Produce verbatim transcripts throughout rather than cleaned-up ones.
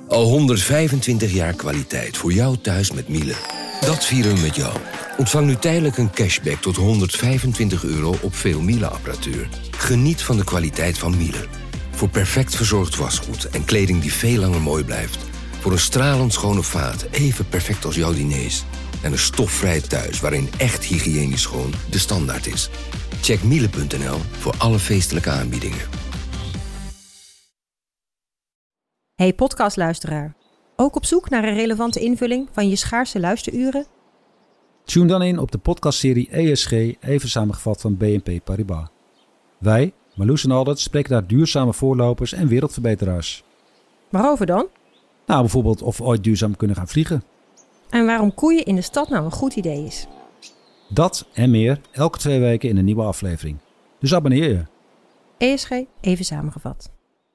Al honderdvijfentwintig jaar kwaliteit voor jou thuis met Miele. Dat vieren we met jou. Ontvang nu tijdelijk een cashback tot honderdvijfentwintig euro op veel Miele-apparatuur. Geniet van de kwaliteit van Miele. Voor perfect verzorgd wasgoed en kleding die veel langer mooi blijft. Voor een stralend schone vaat, even perfect als jouw diners. En een stofvrij thuis waarin echt hygiënisch schoon de standaard is. Check miele punt n l voor alle feestelijke aanbiedingen. Hey podcastluisteraar. Ook op zoek naar een relevante invulling van je schaarse luisteruren? Tune dan in op de podcastserie E S G, even samengevat van B N P Paribas. Wij, Marloes en Aldert, spreken daar duurzame voorlopers en wereldverbeteraars. Waarover dan? Nou, bijvoorbeeld of we ooit duurzaam kunnen gaan vliegen. En waarom koeien in de stad nou een goed idee is. Dat en meer elke twee weken in een nieuwe aflevering. Dus abonneer je. E S G, even samengevat.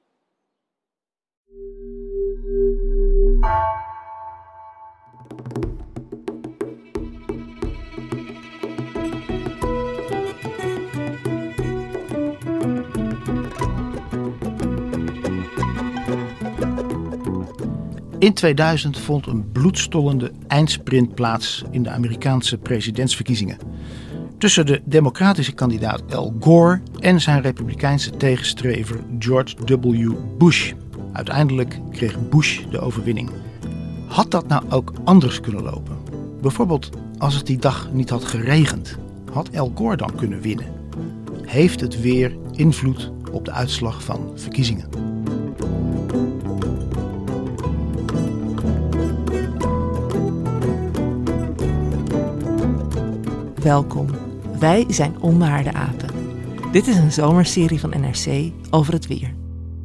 In tweeduizend vond een bloedstollende eindsprint plaats in de Amerikaanse presidentsverkiezingen. Tussen de democratische kandidaat Al Gore en zijn republikeinse tegenstrever George W. Bush. Uiteindelijk kreeg Bush de overwinning. Had dat nou ook anders kunnen lopen? Bijvoorbeeld als het die dag niet had geregend. Had Al Gore dan kunnen winnen? Heeft het weer invloed op de uitslag van verkiezingen? Welkom, wij zijn Onbehaarde Apen. Dit is een zomerserie van N R C over het weer.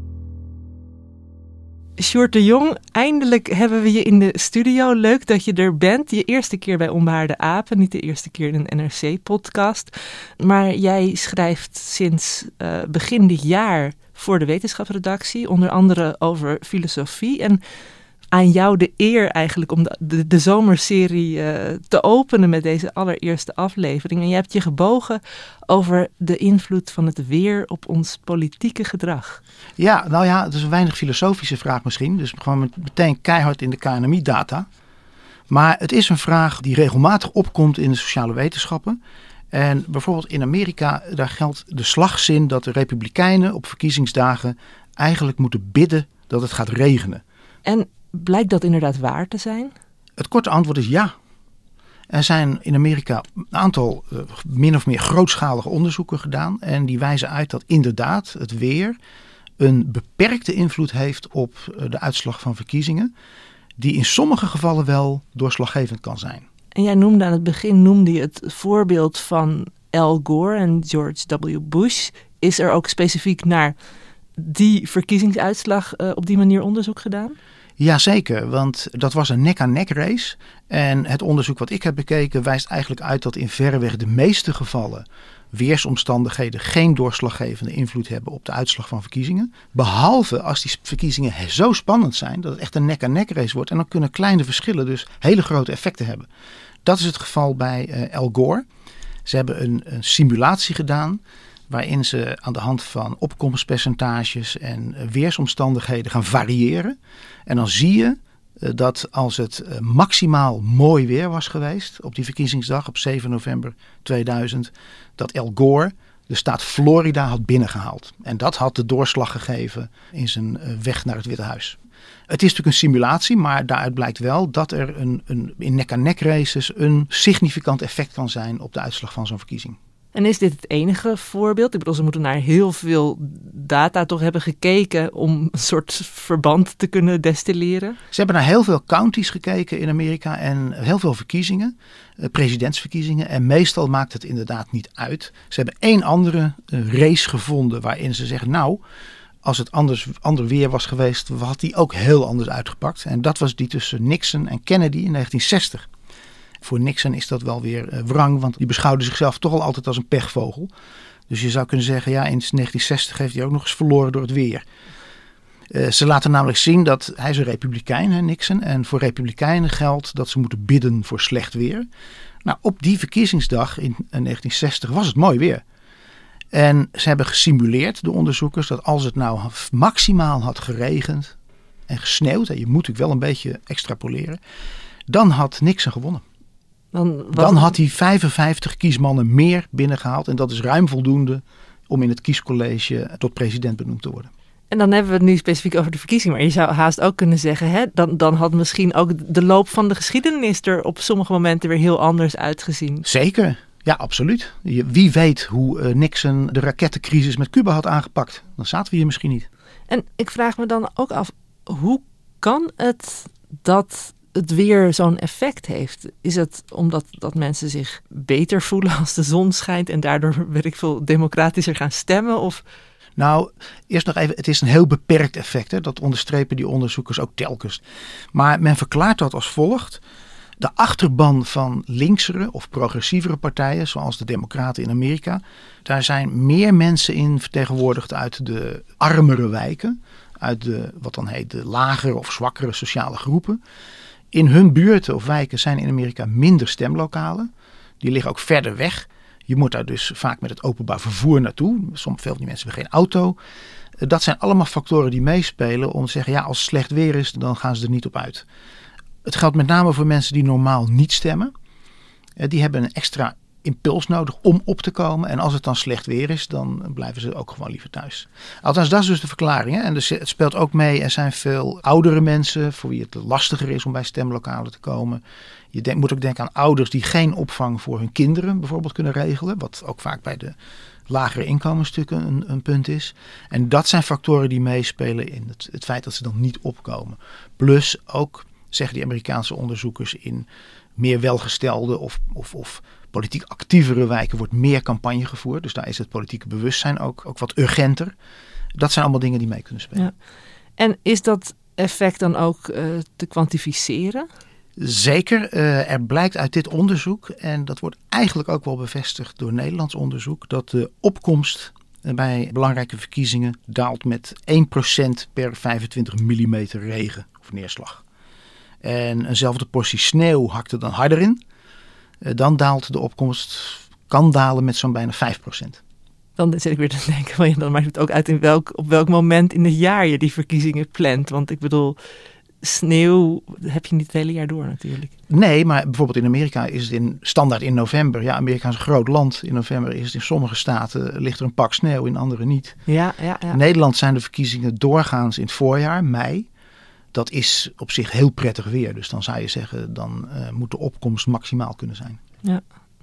Sjoerd de Jong, eindelijk hebben we je in de studio. Leuk dat je er bent. Je eerste keer bij Onbehaarde Apen, niet de eerste keer in een N R C-podcast. Maar jij schrijft sinds uh, begin dit jaar voor de wetenschapsredactie, onder andere over filosofie. En aan jou de eer eigenlijk om de, de, de zomerserie uh, te openen met deze allereerste aflevering. En je hebt je gebogen over de invloed van het weer op ons politieke gedrag. Ja, nou ja, het is een weinig filosofische vraag misschien. Dus gewoon meteen keihard in de K N M I-data. Maar het is een vraag die regelmatig opkomt in de sociale wetenschappen. En bijvoorbeeld in Amerika, daar geldt de slagzin dat de Republikeinen op verkiezingsdagen eigenlijk moeten bidden dat het gaat regenen. En blijkt dat inderdaad waar te zijn? Het korte antwoord is ja. Er zijn in Amerika een aantal uh, min of meer grootschalige onderzoeken gedaan. En die wijzen uit dat inderdaad het weer een beperkte invloed heeft op uh, de uitslag van verkiezingen. Die in sommige gevallen wel doorslaggevend kan zijn. En jij noemde aan het begin noemde je het voorbeeld van Al Gore en George W. Bush. Is er ook specifiek naar die verkiezingsuitslag uh, op die manier onderzoek gedaan? Jazeker, want dat was een nek-aan-nek race. En het onderzoek wat ik heb bekeken wijst eigenlijk uit dat in verreweg de meeste gevallen weersomstandigheden geen doorslaggevende invloed hebben op de uitslag van verkiezingen. Behalve als die verkiezingen zo spannend zijn dat het echt een nek-aan-nek race wordt. En dan kunnen kleine verschillen dus hele grote effecten hebben. Dat is het geval bij uh, Al Gore. Ze hebben een, een simulatie gedaan waarin ze aan de hand van opkomstpercentages en weersomstandigheden gaan variëren. En dan zie je dat als het maximaal mooi weer was geweest op die verkiezingsdag op zeven november tweeduizend, dat Al Gore de staat Florida had binnengehaald. En dat had de doorslag gegeven in zijn weg naar het Witte Huis. Het is natuurlijk een simulatie, maar daaruit blijkt wel dat er een, een, in nek-aan-nek races een significant effect kan zijn op de uitslag van zo'n verkiezing. En is dit het enige voorbeeld? Ik bedoel, ze moeten naar heel veel data toch hebben gekeken om een soort verband te kunnen destilleren. Ze hebben naar heel veel counties gekeken in Amerika en heel veel verkiezingen, presidentsverkiezingen. En meestal maakt het inderdaad niet uit. Ze hebben één andere race gevonden waarin ze zeggen, nou, als het anders, ander weer was geweest, had die ook heel anders uitgepakt. En dat was die tussen Nixon en Kennedy in negentien zestig. Voor Nixon is dat wel weer uh, wrang, want die beschouwde zichzelf toch al altijd als een pechvogel. Dus je zou kunnen zeggen, ja, in negentien zestig heeft hij ook nog eens verloren door het weer. Uh, ze laten namelijk zien dat hij is een republikein, hè, Nixon. En voor republikeinen geldt dat ze moeten bidden voor slecht weer. Nou, op die verkiezingsdag in negentien zestig was het mooi weer. En ze hebben gesimuleerd, de onderzoekers, dat als het nou maximaal had geregend en gesneeuwd, je moet natuurlijk wel een beetje extrapoleren, dan had Nixon gewonnen. Dan, wat... dan had hij vijfenvijftig kiesmannen meer binnengehaald. En dat is ruim voldoende om in het kiescollege tot president benoemd te worden. En dan hebben we het nu specifiek over de verkiezing. Maar je zou haast ook kunnen zeggen, hè, dan, dan had misschien ook de loop van de geschiedenis er op sommige momenten weer heel anders uitgezien. Zeker, ja, absoluut. Wie weet hoe uh, Nixon de rakettencrisis met Cuba had aangepakt. Dan zaten we hier misschien niet. En ik vraag me dan ook af, hoe kan het dat het weer zo'n effect heeft? Is het omdat dat mensen zich beter voelen als de zon schijnt en daardoor, weet ik veel, democratischer gaan stemmen? Of... Nou, eerst nog even, het is een heel beperkt effect. Hè? Dat onderstrepen die onderzoekers ook telkens. Maar men verklaart dat als volgt. De achterban van linksere of progressievere partijen, zoals de Democraten in Amerika, daar zijn meer mensen in vertegenwoordigd uit de armere wijken, uit de, wat dan heet, de lagere of zwakkere sociale groepen. In hun buurten of wijken zijn in Amerika minder stemlokalen. Die liggen ook verder weg. Je moet daar dus vaak met het openbaar vervoer naartoe. Sommige veel van die mensen hebben geen auto. Dat zijn allemaal factoren die meespelen om te zeggen, ja, als het slecht weer is, dan gaan ze er niet op uit. Het geldt met name voor mensen die normaal niet stemmen. Die hebben een extra impuls nodig om op te komen. En als het dan slecht weer is, dan blijven ze ook gewoon liever thuis. Althans, dat is dus de verklaring. Hè? En dus het speelt ook mee, er zijn veel oudere mensen voor wie het lastiger is om bij stemlokalen te komen. Je denk, moet ook denken aan ouders die geen opvang voor hun kinderen bijvoorbeeld kunnen regelen. Wat ook vaak bij de lagere inkomensstukken een, een punt is. En dat zijn factoren die meespelen in het, het feit dat ze dan niet opkomen. Plus ook, zeggen die Amerikaanse onderzoekers, in meer welgestelde of, of, of politiek actievere wijken wordt meer campagne gevoerd. Dus daar is het politieke bewustzijn ook, ook wat urgenter. Dat zijn allemaal dingen die mee kunnen spelen. Ja. En is dat effect dan ook uh, te kwantificeren? Zeker. Uh, er blijkt uit dit onderzoek, en dat wordt eigenlijk ook wel bevestigd door Nederlands onderzoek, dat de opkomst bij belangrijke verkiezingen daalt met één procent per vijfentwintig millimeter regen of neerslag. En eenzelfde portie sneeuw hakt er dan harder in. Dan daalt de opkomst, kan dalen met zo'n bijna vijf procent. Dan zit ik weer te denken, van, ja, dan maakt het ook uit in welk, op welk moment in het jaar je die verkiezingen plant. Want ik bedoel, sneeuw heb je niet het hele jaar door natuurlijk. Nee, maar bijvoorbeeld in Amerika is het in, standaard in november. Ja, Amerika is een groot land. In november is het in sommige staten, ligt er een pak sneeuw, in andere niet. Ja, ja, ja. In Nederland zijn de verkiezingen doorgaans in het voorjaar, mei. Dat is op zich heel prettig weer. Dus dan zou je zeggen, dan uh, moet de opkomst maximaal kunnen zijn. Ja.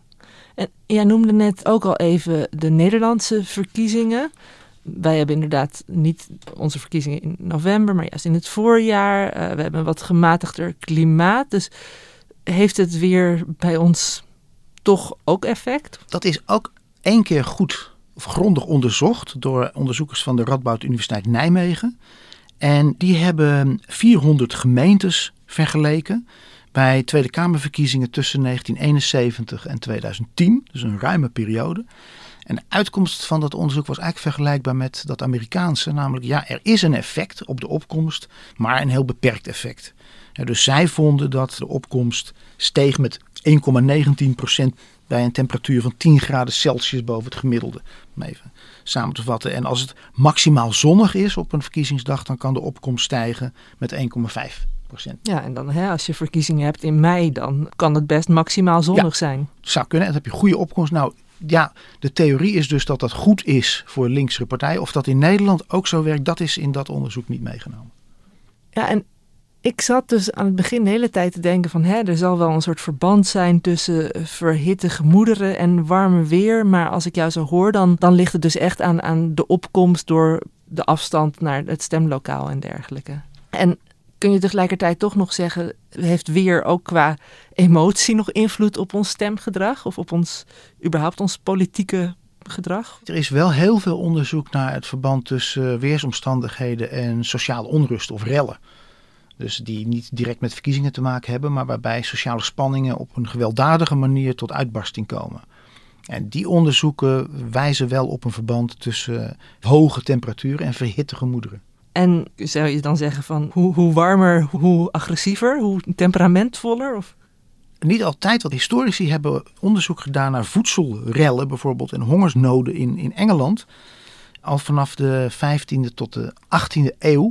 En jij noemde net ook al even de Nederlandse verkiezingen. Wij hebben inderdaad niet onze verkiezingen in november, maar juist in het voorjaar. Uh, we hebben een wat gematigder klimaat. Dus heeft het weer bij ons toch ook effect? Dat is ook één keer goed of grondig onderzocht door onderzoekers van de Radboud Universiteit Nijmegen. En die hebben vierhonderd gemeentes vergeleken bij Tweede Kamerverkiezingen tussen negentien eenenzeventig en tweeduizend tien. Dus een ruime periode. En de uitkomst van dat onderzoek was eigenlijk vergelijkbaar met dat Amerikaanse. Namelijk, ja, er is een effect op de opkomst, maar een heel beperkt effect. Ja, dus zij vonden dat de opkomst steeg met één komma negentien procent bij een temperatuur van tien graden Celsius boven het gemiddelde. Om even samen te vatten. En als het maximaal zonnig is op een verkiezingsdag, dan kan de opkomst stijgen met één komma vijf procent. Ja, en dan hè, als je verkiezingen hebt in mei, dan kan het best maximaal zonnig ja, zijn. Zou kunnen. En dan heb je goede opkomst. Nou ja, de theorie is dus dat dat goed is voor linkse partijen. Of dat in Nederland ook zo werkt, dat is in dat onderzoek niet meegenomen. Ja, en ik zat dus aan het begin de hele tijd te denken van, hè, er zal wel een soort verband zijn tussen verhitte gemoederen en warme weer. Maar als ik jou zo hoor, dan, dan ligt het dus echt aan, aan de opkomst door de afstand naar het stemlokaal en dergelijke. En kun je tegelijkertijd toch nog zeggen, heeft weer ook qua emotie nog invloed op ons stemgedrag? Of op ons, überhaupt ons politieke gedrag? Er is wel heel veel onderzoek naar het verband tussen weersomstandigheden en sociale onrust of rellen. Dus die niet direct met verkiezingen te maken hebben, maar waarbij sociale spanningen op een gewelddadige manier tot uitbarsting komen. En die onderzoeken wijzen wel op een verband tussen hoge temperaturen en verhitte gemoederen. En zou je dan zeggen van hoe, hoe warmer, hoe agressiever, hoe temperamentvoller? Of? Niet altijd, want historici hebben onderzoek gedaan naar voedselrellen bijvoorbeeld en hongersnoden in, in Engeland. Al vanaf de vijftiende tot de achttiende eeuw.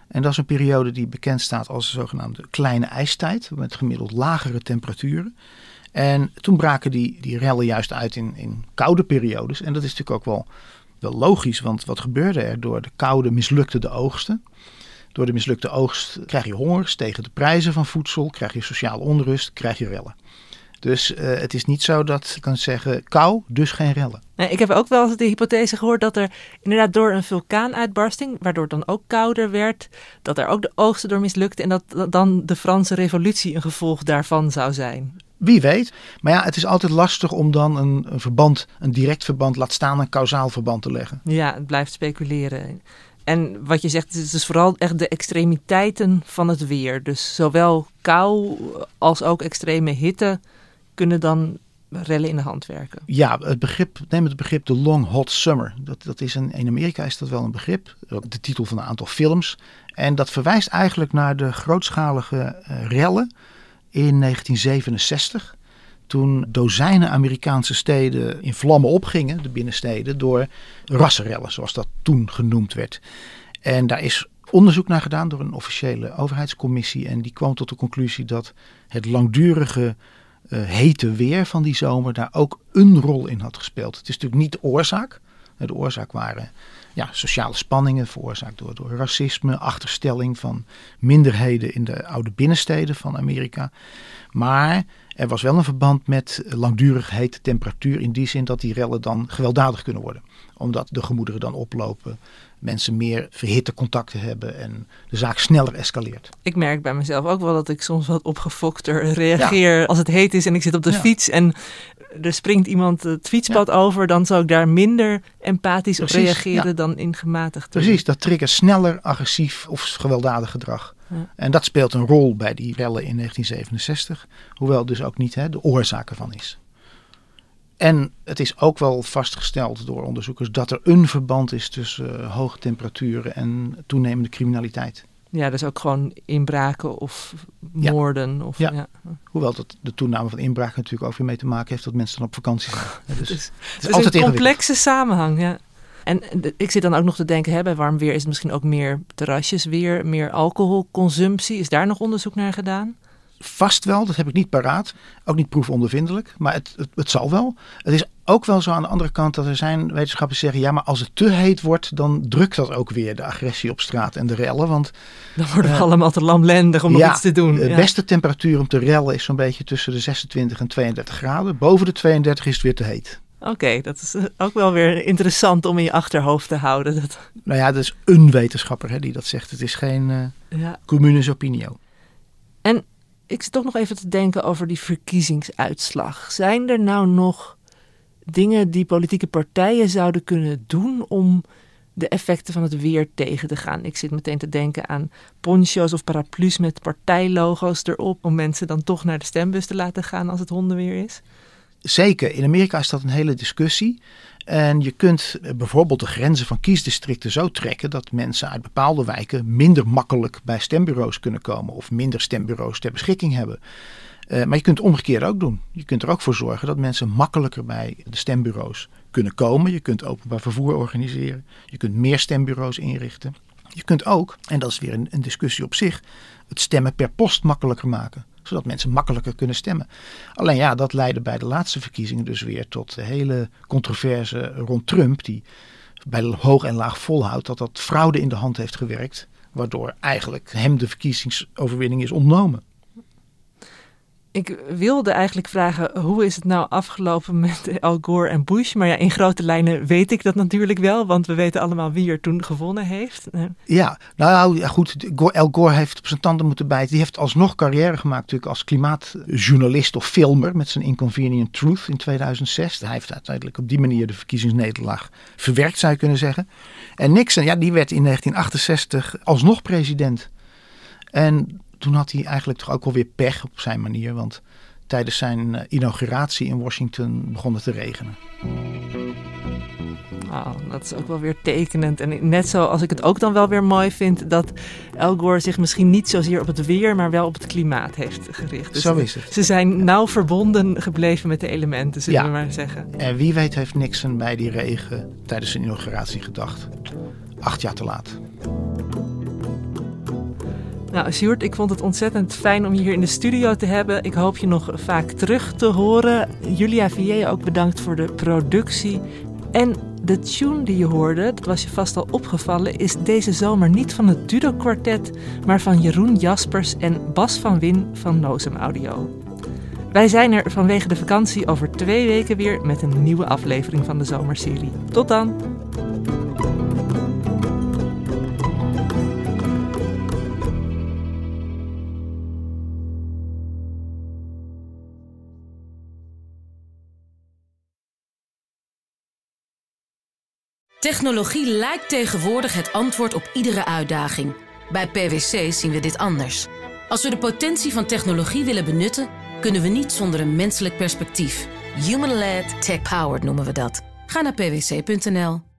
En dat is een periode die bekend staat als de zogenaamde kleine ijstijd, met gemiddeld lagere temperaturen. En toen braken die, die rellen juist uit in, in koude periodes. En dat is natuurlijk ook wel, wel logisch, want wat gebeurde er? Door de koude mislukte de oogsten. Door de mislukte oogst krijg je honger, stegen de prijzen van voedsel, krijg je sociale onrust, krijg je rellen. Dus uh, het is niet zo dat je kan zeggen kou, dus geen rellen. Nee, ik heb ook wel eens de hypothese gehoord dat er inderdaad door een vulkaanuitbarsting, waardoor het dan ook kouder werd, dat er ook de oogsten door mislukte en dat, dat dan de Franse revolutie een gevolg daarvan zou zijn. Wie weet. Maar ja, het is altijd lastig om dan een, een verband, een direct verband, laat staan een kausaal verband te leggen. Ja, het blijft speculeren. En wat je zegt, het is dus vooral echt de extremiteiten van het weer. Dus zowel kou als ook extreme hitte kunnen dan rellen in de hand werken. Ja, het begrip, neem het begrip de long hot summer. Dat, dat is een, in Amerika is dat wel een begrip. De titel van een aantal films. En dat verwijst eigenlijk naar de grootschalige uh, rellen in negentien zevenenzestig. Toen dozijnen Amerikaanse steden in vlammen opgingen, de binnensteden, door rassenrellen, zoals dat toen genoemd werd. En daar is onderzoek naar gedaan door een officiële overheidscommissie. En die kwam tot de conclusie dat het langdurige uh, hete weer van die zomer daar ook een rol in had gespeeld. Het is natuurlijk niet de oorzaak. De oorzaak waren ja, sociale spanningen, veroorzaakt door, door racisme, achterstelling van minderheden in de oude binnensteden van Amerika. Maar er was wel een verband met langdurig hete temperatuur in die zin dat die rellen dan gewelddadig kunnen worden. Omdat de gemoederen dan oplopen, mensen meer verhitte contacten hebben en de zaak sneller escaleert. Ik merk bij mezelf ook wel dat ik soms wat opgefokter reageer ja. als het heet is en ik zit op de ja. fiets en er springt iemand het fietspad ja. over, dan zou ik daar minder empathisch Precies, op reageren ja. dan in gematigd. Precies, dat triggert sneller agressief of gewelddadig gedrag. Ja. En dat speelt een rol bij die rellen in negentien zevenenzestig, hoewel het dus ook niet hè, de oorzaak ervan is. En het is ook wel vastgesteld door onderzoekers dat er een verband is tussen uh, hoge temperaturen en toenemende criminaliteit. Ja, dus ook gewoon inbraken of moorden. Ja. Of, ja. ja. Hoewel dat de toename van inbraken natuurlijk ook weer mee te maken heeft dat mensen dan op vakantie zijn. Dus, het is, het is, het is altijd een complexe samenhang, ja. En de, ik zit dan ook nog te denken, hè, bij warm weer is het misschien ook meer terrasjesweer, meer alcoholconsumptie. Is daar nog onderzoek naar gedaan? Vast wel, dat heb ik niet paraat. Ook niet proefondervindelijk, maar het, het, het zal wel. Het is ook wel zo aan de andere kant dat er zijn wetenschappers die zeggen, ja, maar als het te heet wordt, dan drukt dat ook weer de agressie op straat en de rellen. Want dan worden we uh, allemaal te lamlendig om ja, nog iets te doen. De ja. beste temperatuur om te rellen is zo'n beetje tussen de zesentwintig en tweeëndertig graden. Boven de tweeëndertig is het weer te heet. Oké, okay, dat is ook wel weer interessant om in je achterhoofd te houden. Dat... Nou ja, dat is een wetenschapper hè, die dat zegt. Het is geen uh, ja. communis opinio. En ik zit toch nog even te denken over die verkiezingsuitslag. Zijn er nou nog dingen die politieke partijen zouden kunnen doen om de effecten van het weer tegen te gaan? Ik zit meteen te denken aan poncho's of paraplu's met partijlogo's erop, om mensen dan toch naar de stembus te laten gaan als het hondenweer is. Zeker, in Amerika is dat een hele discussie. En je kunt bijvoorbeeld de grenzen van kiesdistricten zo trekken dat mensen uit bepaalde wijken minder makkelijk bij stembureaus kunnen komen of minder stembureaus ter beschikking hebben. Uh, maar je kunt het omgekeerd ook doen. Je kunt er ook voor zorgen dat mensen makkelijker bij de stembureaus kunnen komen. Je kunt openbaar vervoer organiseren. Je kunt meer stembureaus inrichten. Je kunt ook, en dat is weer een, een discussie op zich, het stemmen per post makkelijker maken. Zodat mensen makkelijker kunnen stemmen. Alleen ja, dat leidde bij de laatste verkiezingen dus weer tot de hele controverse rond Trump. Die bij hoog en laag volhoudt dat dat fraude in de hand heeft gewerkt. Waardoor eigenlijk hem de verkiezingsoverwinning is ontnomen. Ik wilde eigenlijk vragen, hoe is het nou afgelopen met Al Gore en Bush? Maar ja, in grote lijnen weet ik dat natuurlijk wel, want we weten allemaal wie er toen gewonnen heeft. Ja, nou ja, goed, Al Gore heeft op zijn tanden moeten bijten. Die heeft alsnog carrière gemaakt natuurlijk als klimaatjournalist of filmer met zijn Inconvenient Truth in tweeduizend zes. Hij heeft uiteindelijk op die manier de verkiezingsnederlaag verwerkt, zou je kunnen zeggen. En Nixon, ja, die werd in negentien achtenzestig alsnog president. En toen had hij eigenlijk toch ook alweer pech op zijn manier. Want tijdens zijn inauguratie in Washington begon het te regenen. Oh, dat is ook wel weer tekenend. En net zo als ik het ook dan wel weer mooi vind dat Al Gore zich misschien niet zozeer op het weer, maar wel op het klimaat heeft gericht. Dus zo is het. Ze zijn nauw verbonden gebleven met de elementen, zullen ja. we maar zeggen. En wie weet heeft Nixon bij die regen tijdens zijn inauguratie gedacht. Acht jaar te laat. Nou, Sjoerd, ik vond het ontzettend fijn om je hier in de studio te hebben. Ik hoop je nog vaak terug te horen. Julia Vier, ook bedankt voor de productie. En de tune die je hoorde, dat was je vast al opgevallen, is deze zomer niet van het Dudo Quartet, maar van Jeroen Jaspers en Bas van Win van Nozem Audio. Wij zijn er vanwege de vakantie over twee weken weer met een nieuwe aflevering van de zomerserie. Tot dan! Technologie lijkt tegenwoordig het antwoord op iedere uitdaging. Bij P W C zien we dit anders. Als we de potentie van technologie willen benutten, kunnen we niet zonder een menselijk perspectief. Human-led, tech-powered noemen we dat. Ga naar p w c punt n l.